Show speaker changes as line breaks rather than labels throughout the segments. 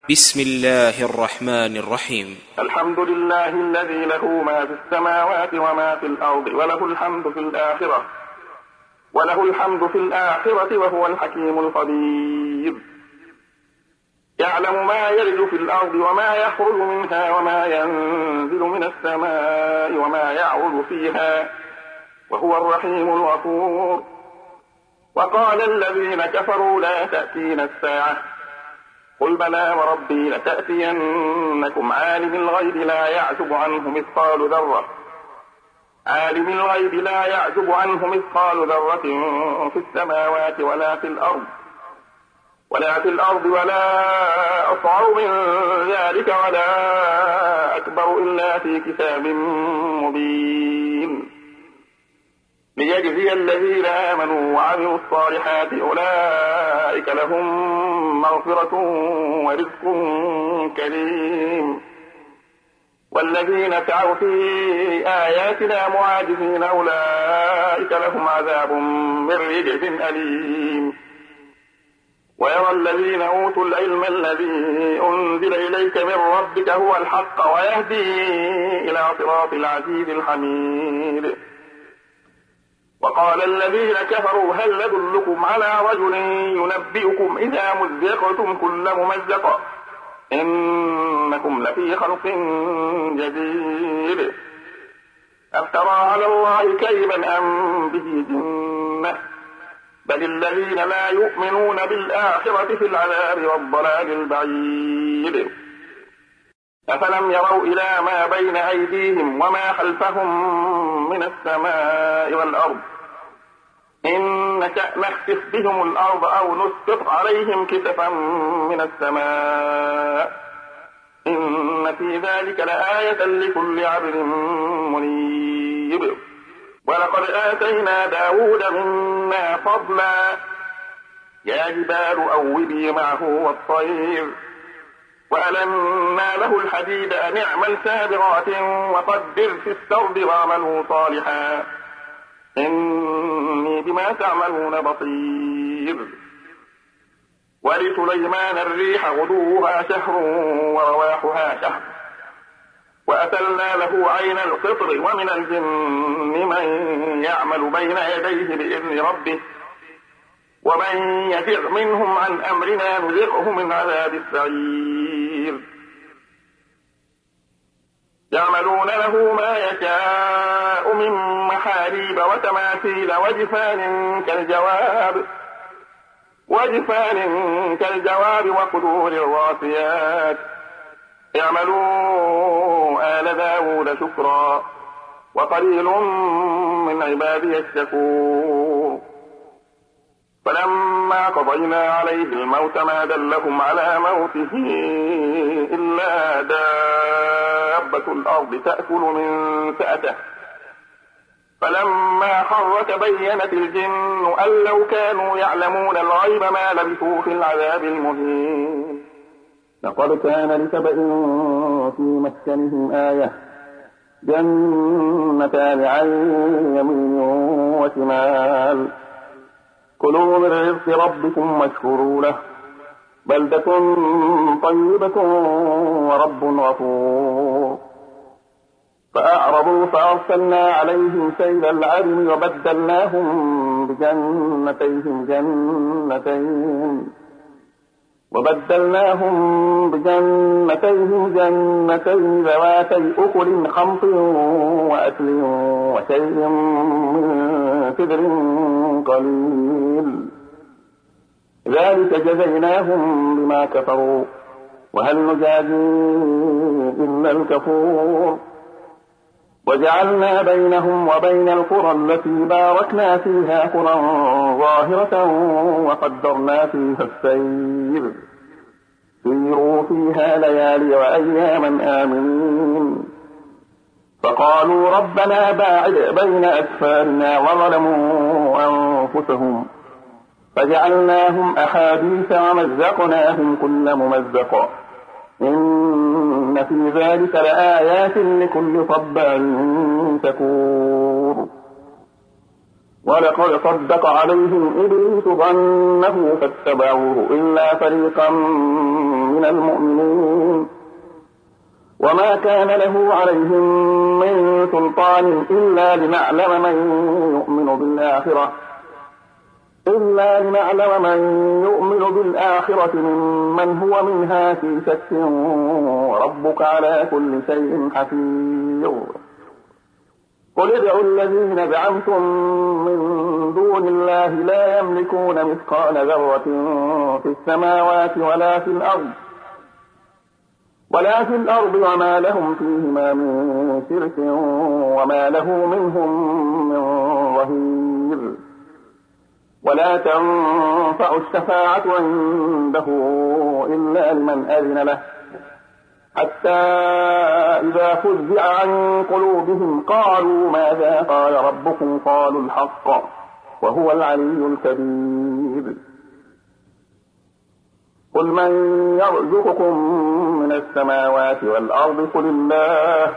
بسم الله الرحمن الرحيم.
الحمد لله الذي له ما في السماوات وما في الأرض وله الحمد في الآخرة وهو الحكيم الخبير. يعلم ما يلج في الأرض وما يخرج منها وما ينزل من السماء وما يعرج فيها وهو الرحيم الغفور. وقال الذين كفروا لا تأتينا الساعة قل بلى وربي لتأتينكم عالم الغيب لا يعزب عنه مثقال ذرة في السماوات ولا في الأرض ولا أصغر من ذلك ولا أكبر إلا في كتاب مبين ليجزي الذين آمنوا وعملوا الصالحات أولئك لهم مغفرة ورزق كريم. والذين سعوا في آياتنا معاجزين أولئك لهم عذاب من رجز أليم. ويرى الذين أوتوا العلم الذي أنزل إليك من ربك هو الحق ويهدي إلى صراط العزيز الحميد. وقال الذين كفروا هل ندلكم على رجل ينبئكم إذا مزقتم كل ممزق إنكم لفي خلق جديد أفترى على الله كذبا أم به جنة بل الذين لا يؤمنون بالآخرة في العذاب والضلال البعيد. أفلم يروا إلى ما بين أيديهم وما خلفهم من السماء والأرض إن نشأ نخسف بهم الأرض أو نسقط عليهم كسفا من السماء إن في ذلك لآية لكل عبد منيب. ولقد آتينا داود منا فضلا يا جبال أوبي معه والطير وألنا له الحديد أن اعمل سابغات وقدر في السرد واعملوا صالحا إني بما تعملون بصير. ولسليمان الريح غدوها شهر ورواحها شهر وأسلنا له عين القطر ومن الجن من يعمل بين يديه بإذن ربه ومن يزغ منهم عن أمرنا نذقه من عذاب السعير. يعملون له ما يشاء من محاريب وتماثيل وجفان كالجواب وقدور الراسيات اعملوا آل داود شكرا وقليل من عبادي الشكور. فلما قضينا عليه الموت ما دلهم على موته إلا دابة الأرض تأكل من سأته فلما خر تبينت الجن أن لو كانوا يعلمون الغيب ما لبثوا في العذاب المهين. لقد كان لسبإ في مسكنهم آية جنتان عن يمين وشمال كلوا من رزق ربكم واشكروا له بلدة طيبة ورب غفور. فأعرضوا فأرسلنا عليهم سيل العرم وبدلناهم بجنتيهم جنتين ذواتي أكل خمط وأكل وشيء من سدر قليل ذلك جزيناهم بما كفروا وهل نجازي إلا الكفور. وجعلنا بينهم وبين القرى التي باركنا فيها قرى ظاهرة وقدرنا فيها السير سيروا فيها ليالي وأياما آمنين. فقالوا ربنا باعد بين أسفارنا وظلموا أنفسهم فجعلناهم أحاديث ومزقناهم كل ممزق إن في ذلك لآيات لكل صبار شكور. ولقد صدق عليهم إبليس ظنه فاتبعوه إلا فريقا من المؤمنين وما كان له عليهم من سلطان إلا لنعلم من يؤمن بالآخرة ممن هو منها في شك وربك على كل شيء حفيظ. قل ادعوا الذين زعمتم من دون الله لا يملكون مثقال ذرة في السماوات ولا في الأرض وما لهم فيهما من شرك وما له منهم من ظهير. ولا تنفع الشفاعة عنده إلا لمن أذن له حتى إذا فزع عن قلوبهم قالوا ماذا قال ربكم قالوا الحق وهو العلي الكبير. قل من يرزقكم من السماوات والأرض قل الله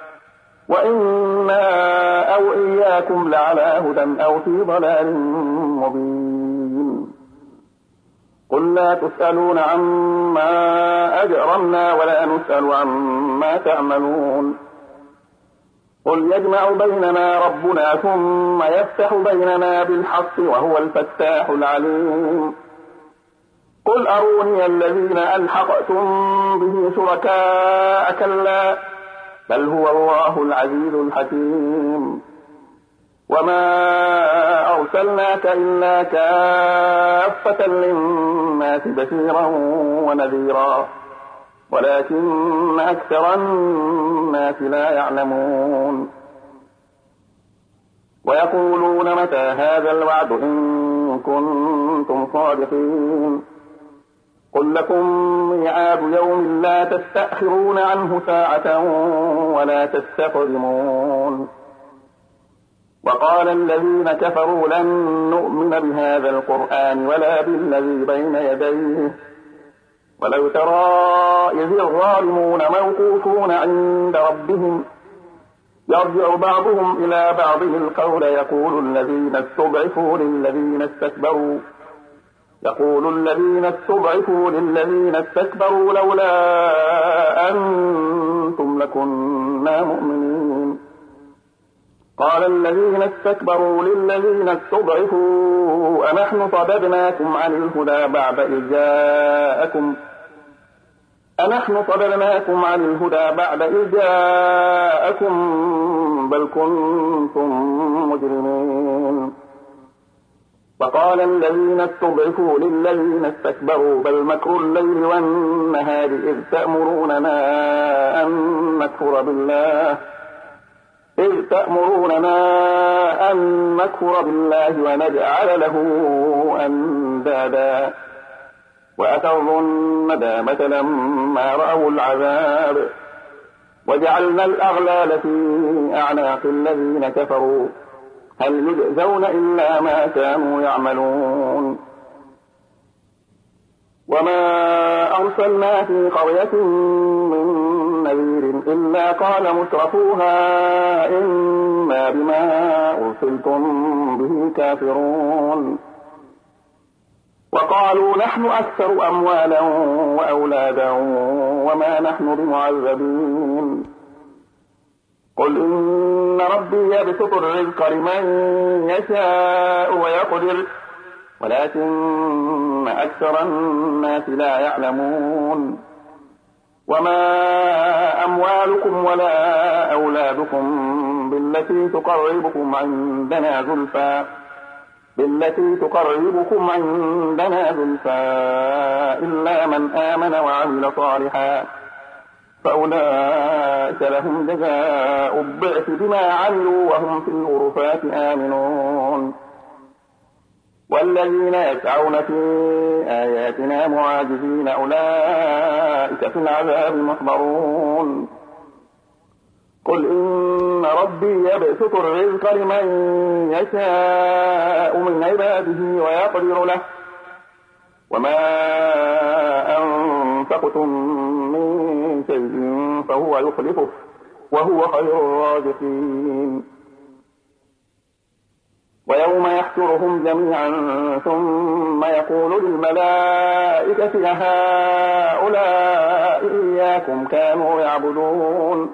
وإنا أو إياكم لعلى هدى أو في ضلال مبين. قل لا تسألون عما أجرمنا ولا نسأل عما تعملون. قل يجمع بيننا ربنا ثم يفتح بيننا بالحق وهو الفتاح العليم. قل أروني الذين ألحقتم به شركاء كلا بل هو الله العزيز الحكيم. وما أرسلناك إلا كافة للناس بشيرا ونذيرا ولكن أكثر الناس لا يعلمون. ويقولون متى هذا الوعد إن كنتم صادقين. قل لكم ميعاد يوم لا تستأخرون عنه ساعة ولا تستقدمون. وقال الذين كفروا لن نؤمن بهذا القرآن ولا بالذي بين يديه ولو ترى إذ الظالمون موقوفون عند ربهم يرجع بعضهم إلى بعض القول يقول الذين استضعفوا للذين استكبروا لولا أنتم لكنا مؤمنين. قال الذين استكبروا للذين استضعفوا أنحن صددناكم عن الهدى بعد إذ جاءكم بل كنتم مجرمين. وقال الذين استضعفوا للذين استكبروا بل مكر الليل والنهار إذ تأمروننا أن نكفر بالله ونجعل له أندادا وأسروا الندامة لما رأوا العذاب وجعلنا الأغلال في أعناق الذين كفروا هل يجزون إلا ما كانوا يعملون. وما أرسلنا في قرية من نذير إلا قال مترفوها إنا بما أرسلتم به كافرون. وقالوا نحن أكثر أموالا وأولادا وما نحن بمعذبين. قل إن ربي يبسط الرزق لمن يشاء ويقدر ولكن أكثر الناس لا يعلمون. وما أموالكم ولا أولادكم بالتي تقربكم عندنا زلفى إلا من آمن وعمل صالحا فأولئك لهم جزاء الضعف بما عملوا وهم في الغرفات آمنون. والذين يسعون في آياتنا معاجزين أولئك في العذاب محضرون. قل إن ربي يبسط الرزق لمن يشاء من عباده ويقدر له وما أنفقتم من شيء فهو يخلفه وهو خير الرازقين. ويوم يحشرهم جميعا ثم يقول للملائكة أهؤلاء إياكم كانوا يعبدون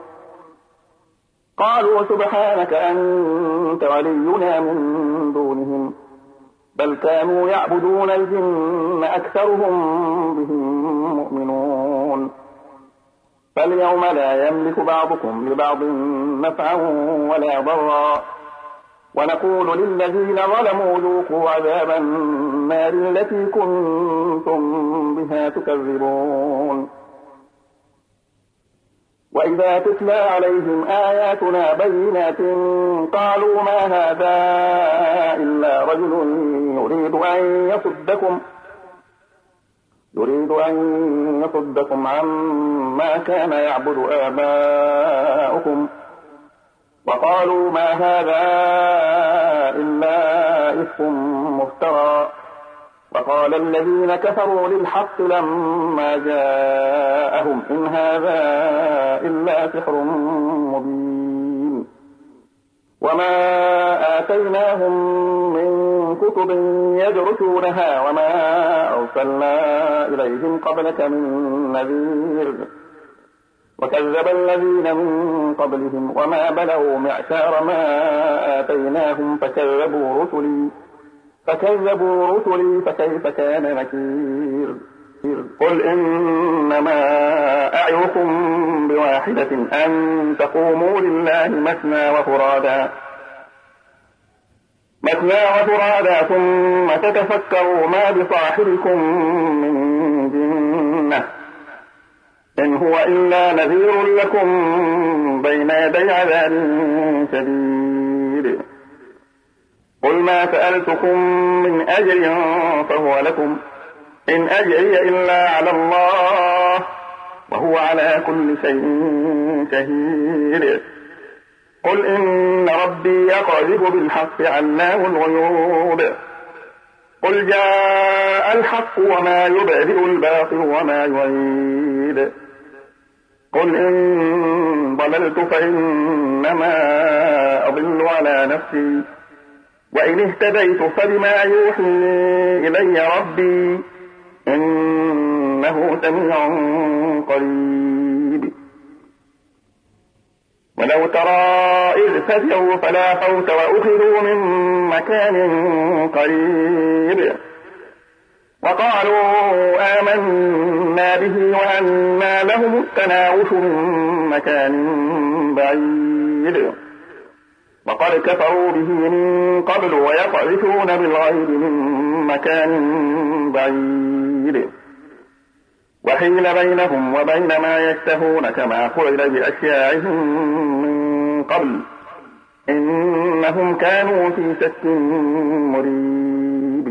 قالوا سبحانك أنت ولينا من دونهم بل كانوا يعبدون الجن أكثرهم بهم مؤمنون فاليوم لا يملك بعضكم لبعض نفعا ولا ضرا ونقول للذين ظلموا ذوقوا عذاب النار التي كنتم بها تكذبون وإذا تتلى عليهم آياتنا بينات قالوا ما هذا إلا رجل يريد أن يصدكم عما كان يعبد آباؤكم وقالوا ما هذا إلا إفك مفترى وقال الذين كفروا للحق لما جاءهم إن هذا إلا سحر مبين وما آتيناهم من كتب يدرسونها وما أرسلنا إليهم قبلك من نذير وكذب الذين من قبلهم وما بلغوا معشار ما آتيناهم فكذبوا رسلي فكيف كان نكير قل إنما أعظكم بواحدة أن تقوموا لله مثنى وفرادا ثم تتفكروا ما بصاحبكم من جنة إن هو إلا نذير لكم بين يدي عذاب شديد قل ما سألتكم من أجر فهو لكم إن أجري إلا على الله وهو على كل شيء شهيد قل إن ربي يقذف بالحق علام الغيوب قل جاء الحق وما يبدئ الباطل وما يعيد قل إن ضللت فإنما أضل على نفسي وإن اهتديت فبما يوحي إلي ربي إنه سميع قريب ولو ترى إذ فزعوا فلا فوت وأخذوا من مكان قريب وقالوا آمنا به وأنى لهم التناوش من مكان بعيد وقد كفروا به من قبل ويقذفون بالغيب من مكان بعيد وحيل بينهم وبين ما يشتهون كما فعل بأشياعهم من قبل إنهم كانوا في شك مريب